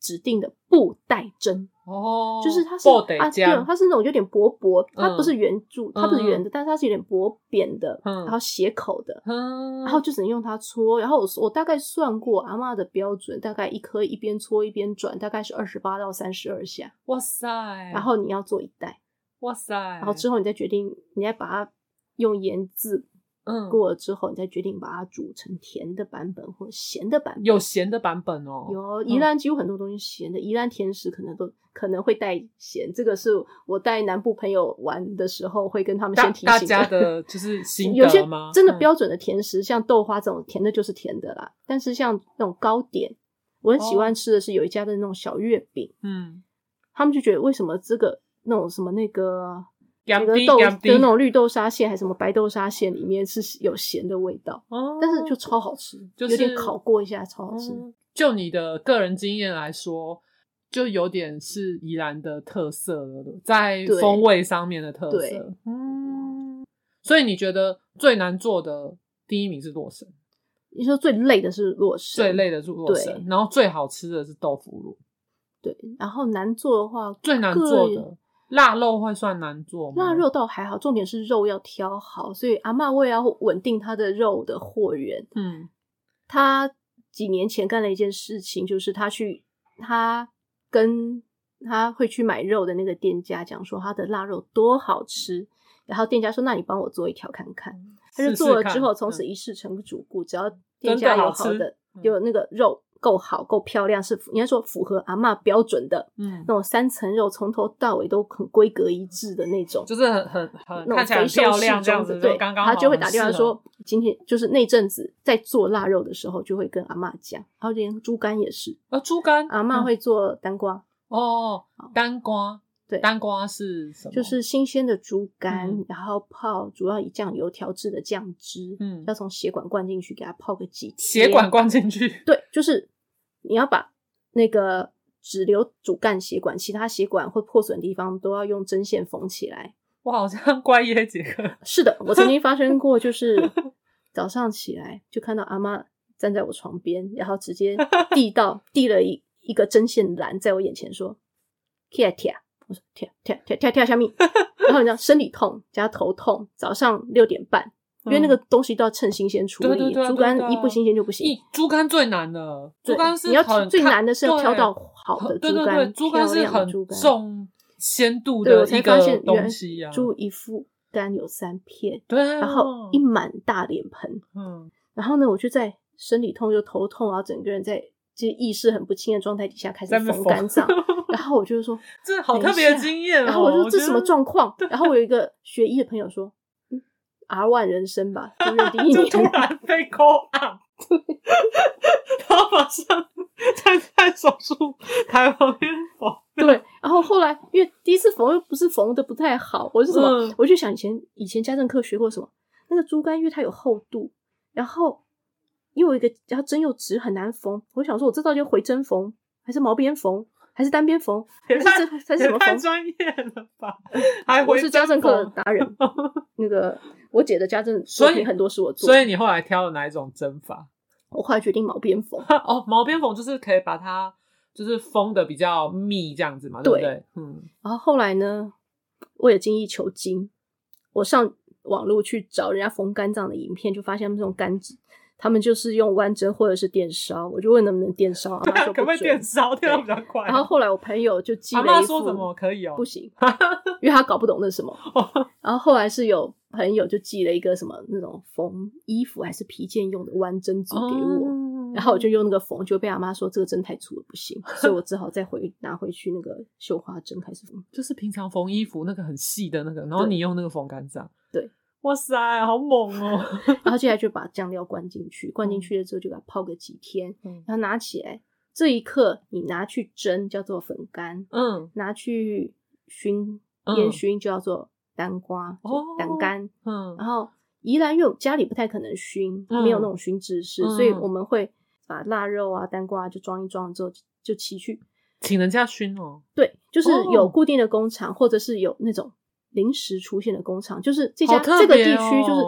指定的布袋针哦， 就是它是啊，对，它是那种有点薄薄，它不是圆柱，嗯、它不是圆的，嗯、但是它是有点薄扁的，嗯、然后斜口的，嗯、然后就只能用它搓。然后我我大概算过阿嬷的标准，大概一颗一边搓一边转，大概是二十八到三十二下。 哇塞！ 然后你要做一袋， 哇塞！ 然后之后你再决定，你再把它用盐渍。嗯，过了之后，你再决定把它煮成甜的版本或咸的版本。 有咸的版本哦， 有宜兰几乎很多东西咸的，宜兰甜食可能都可能会带咸，这个是我带南部朋友玩的时候会跟他们先提醒大家的，就是心得吗？ 有些真的标准的甜食，嗯、像豆花这种甜的就是甜的啦，但是像那种糕点，我很喜欢吃的是有一家的那种小月饼，嗯，他们就觉得为什么这个那种什么那个。那个豆的那种绿豆沙馅还是什么白豆沙馅里面是有咸的味道，哦、但是就超好吃，就是有点烤过一下超好吃。 嗯、就你的个人经验来说，就有点是宜兰的特色了，在风味上面的特色。嗯，所以你觉得最难做的第一名是洛神？ 你说最累的是洛神， 最累的是洛神，然后最好吃的是豆腐乳。 对，然后难做的话， 最难做的。腊肉会算难做吗？ 腊肉倒还好，重点是肉要挑好，所以阿嬷为了要稳定她的肉的货源，嗯，她几年前干了一件事情，就是她去，她跟她会去买肉的那个店家讲说她的腊肉多好吃，然后店家说那你帮我做一条看看，她就做了之后，从此一试成主顾，只要店家有好的，有那个肉。够好够漂亮，是应该说符合阿嬷标准的，嗯，那种三层肉从头到尾都很规格一致的那种， 就是很很很看起来很漂亮这样子， 对， 刚刚他就会打电话说，今天就是那阵子在做腊肉的时候，就会跟阿嬷讲，然后连猪肝也是， 啊，猪肝， 阿嬷会做单瓜， 嗯、哦，单瓜。对，单瓜是什么？ 就是新鲜的猪肝，嗯、然后泡，主要以酱油调制的酱汁，嗯，要从血管灌进去，给它泡个几天。 血管灌进去？ 对，就是你要把那个只留主干血管，其他血管或破损的地方都要用针线缝起来。 我好像怪耶杰克。 是的，我曾经发生过，就是早上起来就看到阿嬷站在我床边，然后直接递到递了一一个针线篮在我眼前说：“起来跳。”我说跳跳跳跳跳下面，然后你知道生理痛加头痛，早上六点半，嗯、因为那个东西都要趁新鲜处理，对对对猪肝一不新鲜就不行。 猪肝最难的，猪肝是你要最难的是要挑到好的猪肝， 对对对，猪肝是很重鲜度的一个东西啊。 猪一副肝有三片， 对、啊， 然后一满大脸盆，嗯，然后呢，我就在生理痛又头痛，然后整个人在这意识很不清的状态底下开始缝肝脏。然后我就说这好特别的经验哦， 然后我说这什么状况？然后我有一个学医的朋友说，嗯 R 一 人生吧，住院第一年就突然被 call out， 然后马上在在手术台旁边缝。 对，然后后来因为第一次缝又不是缝的不太好，我是什么？嗯、我就想以前以前家政课学过什么？那个猪肝因为它有厚度，然后又有一个然后针又直很难缝，我想说我这到底回针缝还是毛边缝？还是单边缝，还是这还是什么缝？ 太专业了吧！还我是家政课的达人，那个我姐的家政作品很多是我做的。所以你后来挑了哪一种针法？ 我后来决定毛边缝。 哦，毛边缝就是可以把它就是封的比较密这样子嘛，对不对？嗯。 然后后来呢，为了精益求精，我上网络去找人家缝肝脏的影片，就发现他们这种肝子。他们就是用弯针或者是电烧，我就问能不能电烧，阿嬷说不准。 可不可以电烧？电烧比较快。 然后后来我朋友就寄了一副， 阿嬷说什么可以哦？ 不行，因为他搞不懂那是什么。然后后来是有朋友就寄了一个什么那种缝衣服还是皮件用的弯针组给我，哦、然后我就用那个缝，就被阿嬷说这个针太粗了不行，所以我只好再回拿回去那个绣花针开始缝。 就是平常缝衣服那个很细的那个，然后你用那个缝肝脏。 对。 哇塞，好猛哦！ 然后接下来就把酱料灌进去，灌进去了之后就给它泡个几天，嗯、然后拿起来，这一刻你拿去蒸叫做粉干，嗯，拿去熏烟熏就叫做单瓜，哦，单干，嗯，然后宜兰因为家里不太可能熏，嗯、没有那种熏制式，嗯、所以我们会把腊肉啊、单瓜就装一装之后就骑去请人家熏哦， 对，就是有固定的工厂，哦、或者是有那种。临时出现的工厂，就是这家、 哦、 这个地区就是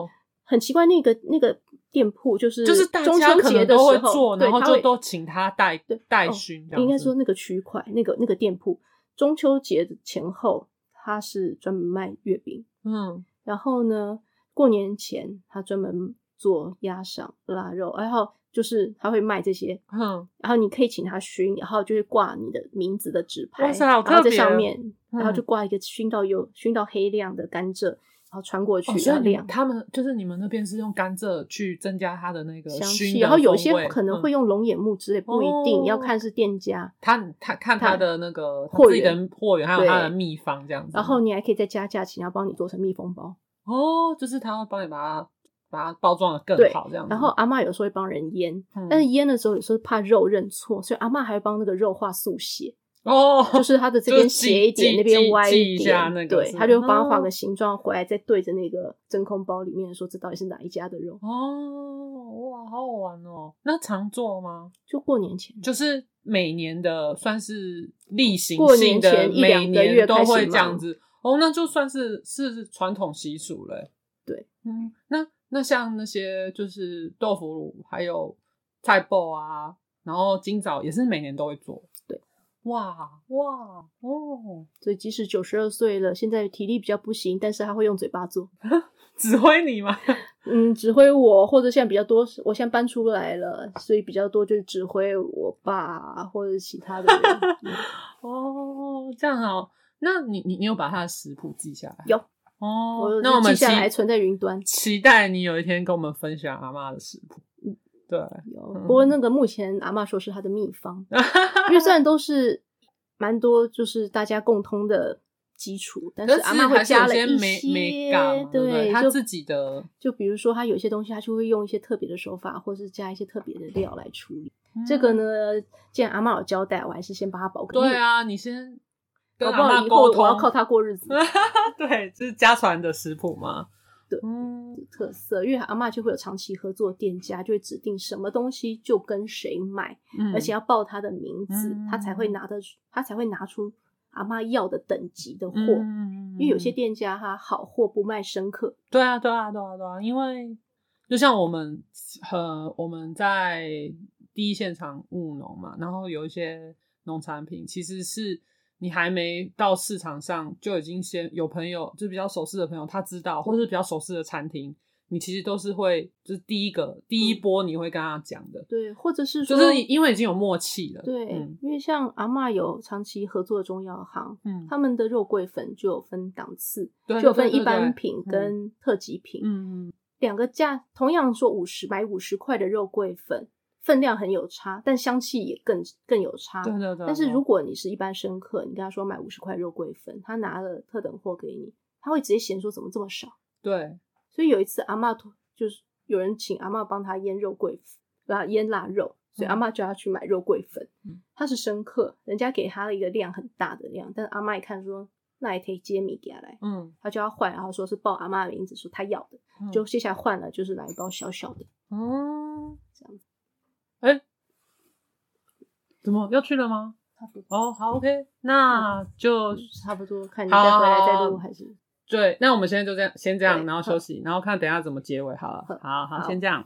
很奇怪，那个那个店铺就是就是大中家可能秋节的时候， 都会做，然后对就都请他代代熏、哦。 应该说那个区块，那个那个店铺，中秋节的前后，他是专门卖月饼， 嗯， 然后呢，过年前他专门做鸭赏、腊肉，然后就是他会卖这些， 嗯， 然后你可以请他熏，然后就会挂你的名字的纸牌， 哇塞，好特别， 然后在上面， 嗯、 然后就挂一个熏到有熏到黑亮的甘蔗。然后穿过去， 哦、所以亮。 他们就是你们那边是用甘蔗去增加它的那个香气， 然后有些可能会用龙眼木之类，嗯、不一定、哦、要看是店家。 他他看他的那个他自己的货源，还有他的秘方这样子。 然后你还可以再加价钱，要帮你做成蜜蜂包。 哦，就是他会帮你把它把它包装的更好这样子。 然后阿嬷有时候会帮人腌，嗯、但是腌的时候有时候怕肉认错，所以阿嬷还会帮那个肉画速写。 哦， 就是他的这边斜一点，那边歪一点， 那个对，他就帮他画个形状，回来再对着那个真空包里面说这到底是哪一家的肉。 哦，哇，好好玩哦！那常做吗？ 就过年前， 就是每年的算是例行过性的， 年前一两个月每年都会这样子。哦，那就算是是传统习俗了、欸。 对， 嗯，那那像那些就是豆腐乳，还有菜脯啊，然后今早也是每年都会做。 对。 哇哇哦！ 所以即使九十二岁了，现在体力比较不行，但是他会用嘴巴做。 指挥你吗？ 嗯，指挥我，或者现在比较多，我现在搬出来了，所以比较多就是指挥我爸或者其他的人。嗯、 哦，这样好。那你你你有把他的食谱记下来？ 有哦， 我那我们记下来存在云端， 期待你有一天跟我们分享阿嬷的食谱。 嗯对， 有，不过那个目前阿嬷说是她的秘方，因为虽然都是蛮多，就是大家共通的基础，但是阿嬷会加了一些， 美对， 她自己的， 就比如说她有些东西，她就会用一些特别的手法，或是加一些特别的料来处理。嗯、这个呢，既然阿嬷有交代，我还是先帮她保个密。 对啊，你先跟阿嬷沟通，我要靠她过日子。 对，这是家传的食谱嘛。 对，嗯，特色，因为阿嬷就会有长期合作店家，就会指定什么东西就跟谁买，嗯、而且要报他的名字，嗯、他才会拿得，他才会拿出阿嬷要的等级的货。嗯、因为有些店家他好货不卖生客。 对啊，对啊，对啊，对啊，因为就像我们呃我们在第一现场务农嘛，然后有一些农产品其实是。你还没到市场上就已经先有朋友，就是比较熟识的朋友，他知道，或是比较熟识的餐厅，你其实都是会，就是第一个第一波你会跟他讲的， 对，或者是说， 就是因为已经有默契了， 对， 嗯、 因为像阿嬷有长期合作的中药行，嗯，他们的肉桂粉就有分档次， 对， 就有分一般品跟特级品， 嗯嗯， 两个价同样说五十买五十块的肉桂粉。分量很有差，但香气也更更有差。 对对对。 但是如果你是一般生客，你跟他说买五十块肉桂粉，他拿了特等货给你，他会直接嫌说怎么这么少。 对。 所以有一次阿嬷就是有人请阿嬷帮他腌肉桂粉，然后腌腊肉，所以阿嬷叫他去买肉桂粉。嗯、他是生客，人家给他了一个量很大的量，但是阿嬷一看说那也可以揭米给他来，嗯，他就要换，然后说是报阿嬷的名字，说他要的，嗯、就接下来换了就是来一包小小的， 嗯， 这样子。 哎、欸，怎么要去了吗？ 差不多。 哦，好 ，OK， 那就、 嗯、差不多，看你再回来再录还是？ 对，那我们现在就这样，先这样，然后休息，然后看等一下怎么结尾好了。好好，先这样。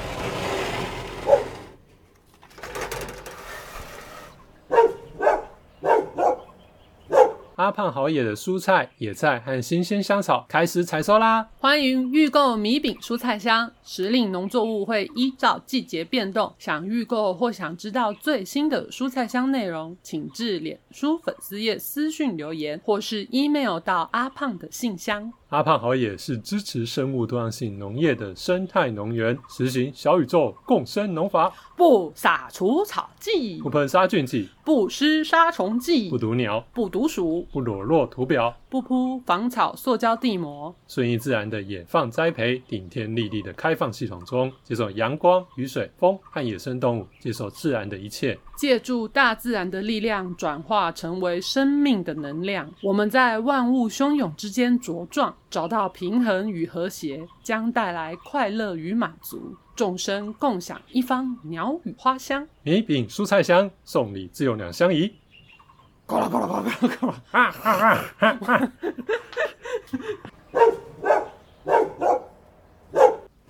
阿胖好野的蔬菜、野菜和新鲜香草开始采收啦！ 欢迎预购米饼蔬菜箱，时令农作物会依照季节变动。想预购或想知道最新的蔬菜箱内容，请至脸书粉丝页私讯留言，或是 email 到阿胖的信箱。 阿胖好野是支持生物多样性农业的生态农园，实行小宇宙共生农法， 不撒除草剂， 不喷杀菌剂， 不施杀虫剂， 不毒鸟， 不毒鼠， 不裸露图表， 不铺防草塑胶地膜， 顺应自然的野放栽培，顶天立地的开放系统中，接受阳光、雨水、风和野生动物，接受自然的一切， 借助大自然的力量转化成为生命的能量。我们在万物汹涌之间茁壮，找到平衡与和谐，将带来快乐与满足。众生共享一方鸟语花香。 米饼蔬菜香，送礼自用两相宜。咕啦咕啦咕啦咕啦啊啊啊啊！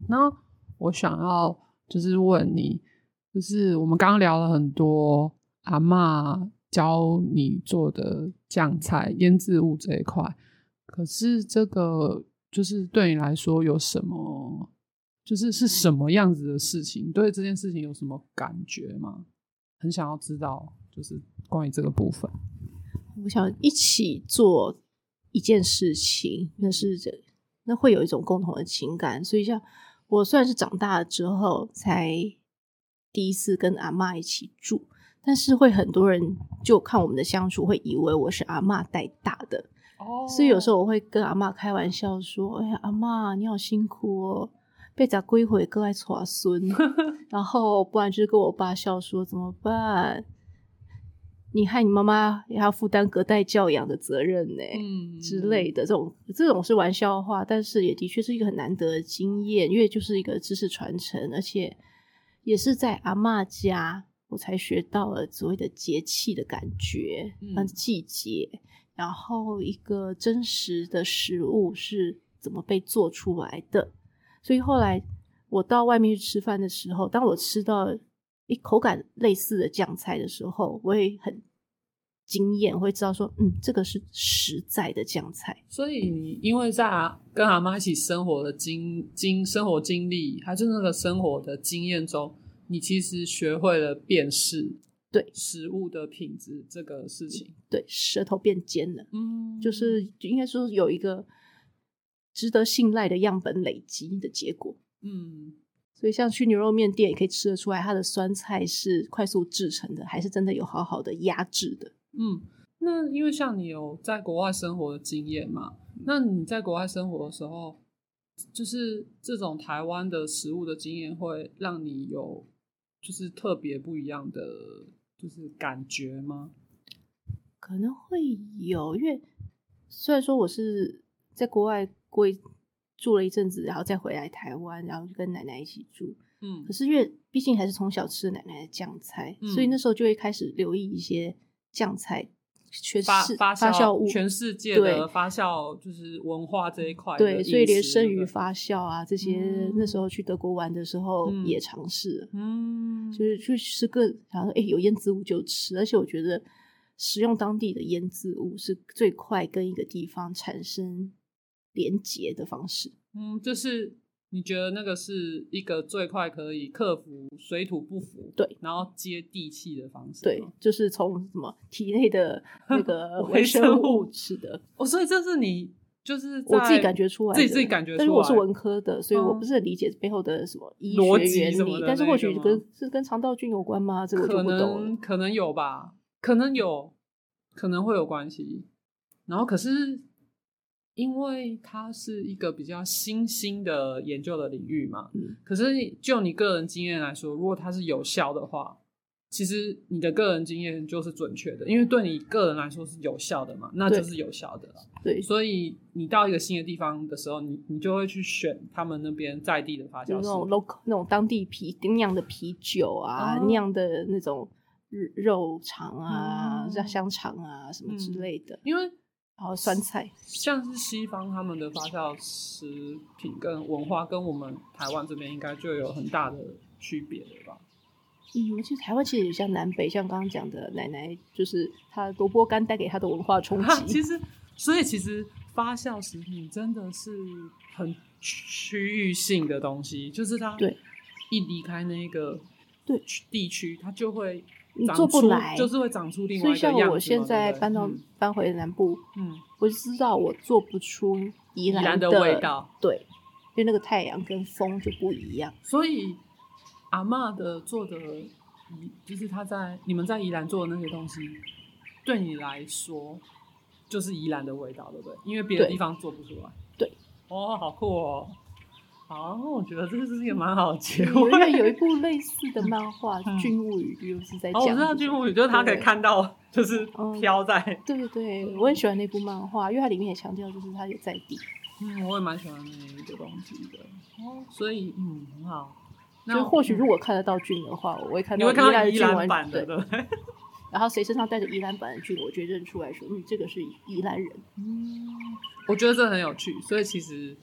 那我想要就是问你，就是我们刚刚聊了很多阿嬷教你做的酱菜腌制物这一块，可是这个就是对你来说有什么，就是是什么样子的事情？你对这件事情有什么感觉吗？很想要知道就是关于这个部分。 我想一起做一件事情，那是那会有一种共同的情感，所以像我虽然是长大了之后才第一次跟阿嬷一起住，但是会很多人就看我们的相处会以为我是阿嬷带大的哦，所以有时候我会跟阿嬷开玩笑说，哎呀阿嬷你好辛苦哦，被咋归回各爱娶孙然后不然就是跟我爸笑说怎么办，你害你妈妈也要负担隔代教养的责任呢、嗯、之类的，这种这种是玩笑话，但是也的确是一个很难得的经验，因为就是一个知识传承，而且也是在阿嬷家我才学到了所谓的节气的感觉，嗯，季节，然后一个真实的食物是怎么被做出来的，所以后来我到外面去吃饭的时候，当我吃到一口感类似的酱菜的时候，我会很惊艳，会知道说嗯，这个是实在的酱菜。 所以你因为在跟阿嬷一起生活的经经生活经历还是那个生活的经验中，你其实学会了辨识对食物的品质这个事情。 对，舌头变尖了，嗯，就是应该说有一个值得信赖的样本累积的结果。嗯，所以像去牛肉面店也可以吃得出来它的酸菜是快速制成的还是真的有好好的压制的。 嗯，那因为像你有在国外生活的经验嘛，那你在国外生活的时候，就是这种台湾的食物的经验会让你有就是特别不一样的就是感觉吗？ 可能会有，因为虽然说我是在国外过一住了一阵子，然后再回来台湾，然后就跟奶奶一起住，嗯，可是因为毕竟还是从小吃奶奶的酱菜、嗯、所以那时候就会开始留意一些酱菜全发发酵发酵物， 全世界的发酵就是文化这一块， 对，所以连生鱼发酵啊这些、嗯、那时候去德国玩的时候也尝试了，嗯，就是去吃个然后哎、欸、有腌制物就吃，而且我觉得使用当地的腌制物是最快跟一个地方产生连结的方式。 嗯，就是你觉得那个是一个最快可以克服水土不服， 对， 然后接地气的方式， 对，就是从什么体内的那个微生物吃的哦，所以这是你就是在我自己感觉出来的， 自己自己感觉出来， 但是我是文科的，所以我不是很理解背后的什么医学原理，但是或许跟是跟肠道菌有关吗？这个我就不懂了， 可能有吧，可能有，可能会有关系。然后可是因为它是一个比较新兴的研究的领域嘛、嗯、可是就你个人经验来说，如果它是有效的话，其实你的个人经验就是准确的，因为对你个人来说是有效的嘛，那就是有效的了。 对， 所以你到一个新的地方的时候，你你就会去选他们那边在地的发酵室， 那种 local 那种当地啤酿的啤酒啊，酿、哦、的那种肉肠啊、嗯、香肠啊什么之类的， 嗯、因为然后酸菜， 像是西方他们的发酵食品跟文化跟我们台湾这边应该就有很大的区别了吧。 嗯，其实台湾其实也像南北，像刚刚讲的奶奶，就是她萝卜干带给她的文化冲击。 其实，所以其实发酵食品真的是很区域性的东西，就是它对一离开那个对地区，它就会你做不来， 就是会长出另外一个样子。 所以像我现在搬到、嗯、搬回南部，嗯，我就知道我做不出宜兰 的, 宜兰的味道， 对，因为那个太阳跟风就不一样， 所以。阿嬷的做的，就是她在你们在宜兰做的那些东西，对你来说就是宜兰的味道，对不对？因为别的地方做不出来。 对， 哦，好酷哦！好，我觉得这是一个蛮好的结尾。 因为有一部类似的漫画《菌物语》，就是在讲、 哦，我知道《菌物语》，就是他可以看到，就是飘在、 嗯。对对对，我很喜欢那部漫画，因为它里面也强调，就是它有在地。 嗯，我也蛮喜欢那个东西的。哦，所以嗯，很好。 就或许如果看得到菌的话，我会看到宜兰版的，对。 然后谁身上带着宜兰版的菌，我就认出来说，嗯，这个是宜兰人。 嗯，我觉得这很有趣。所以其实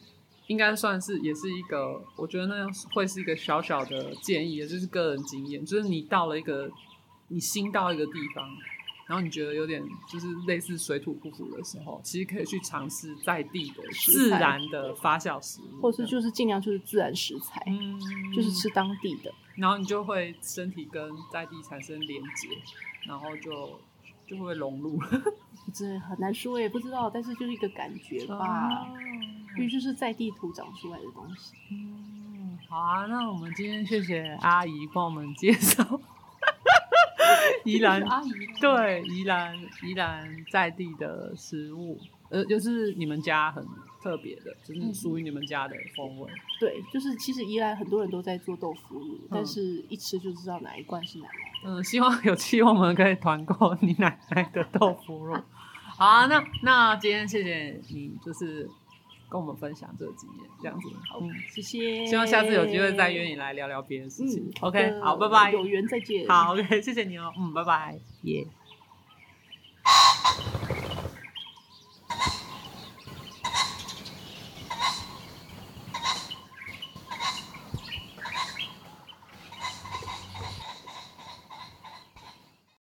应该算是也是一个，我觉得那会是一个小小的建议，也就是个人经验，就是你到了一个你新到一个地方，然后你觉得有点就是类似水土不服的时候，其实可以去尝试在地的自然的发酵食物， 或是就是尽量就是自然食材，嗯，就是吃当地的， 然后你就会身体跟在地产生连结，然后就就会融入。 这很难说，也不知道，但是就是一个感觉吧，哦、因为就是在地土长出来的东西。 嗯，好啊，那我们今天谢谢阿姨帮我们介绍宜兰阿姨对宜兰宜兰在地的食物，呃，就是你们家很特别的，就是属于你们家的风味。 嗯、对，就是其实宜兰很多人都在做豆腐乳，嗯、但是一吃就知道哪一罐是奶奶。 嗯，希望有机会我们可以团购你奶奶的豆腐乳。好啊，那那今天谢谢你，就是跟我们分享这个经验，这样子。 好，嗯、谢谢。 希望下次有机会再约你来聊聊别的事情。 嗯、 OK， 好，拜拜。 有缘再见。 好 ，OK， 谢谢你哦。嗯，拜拜。耶、yeah。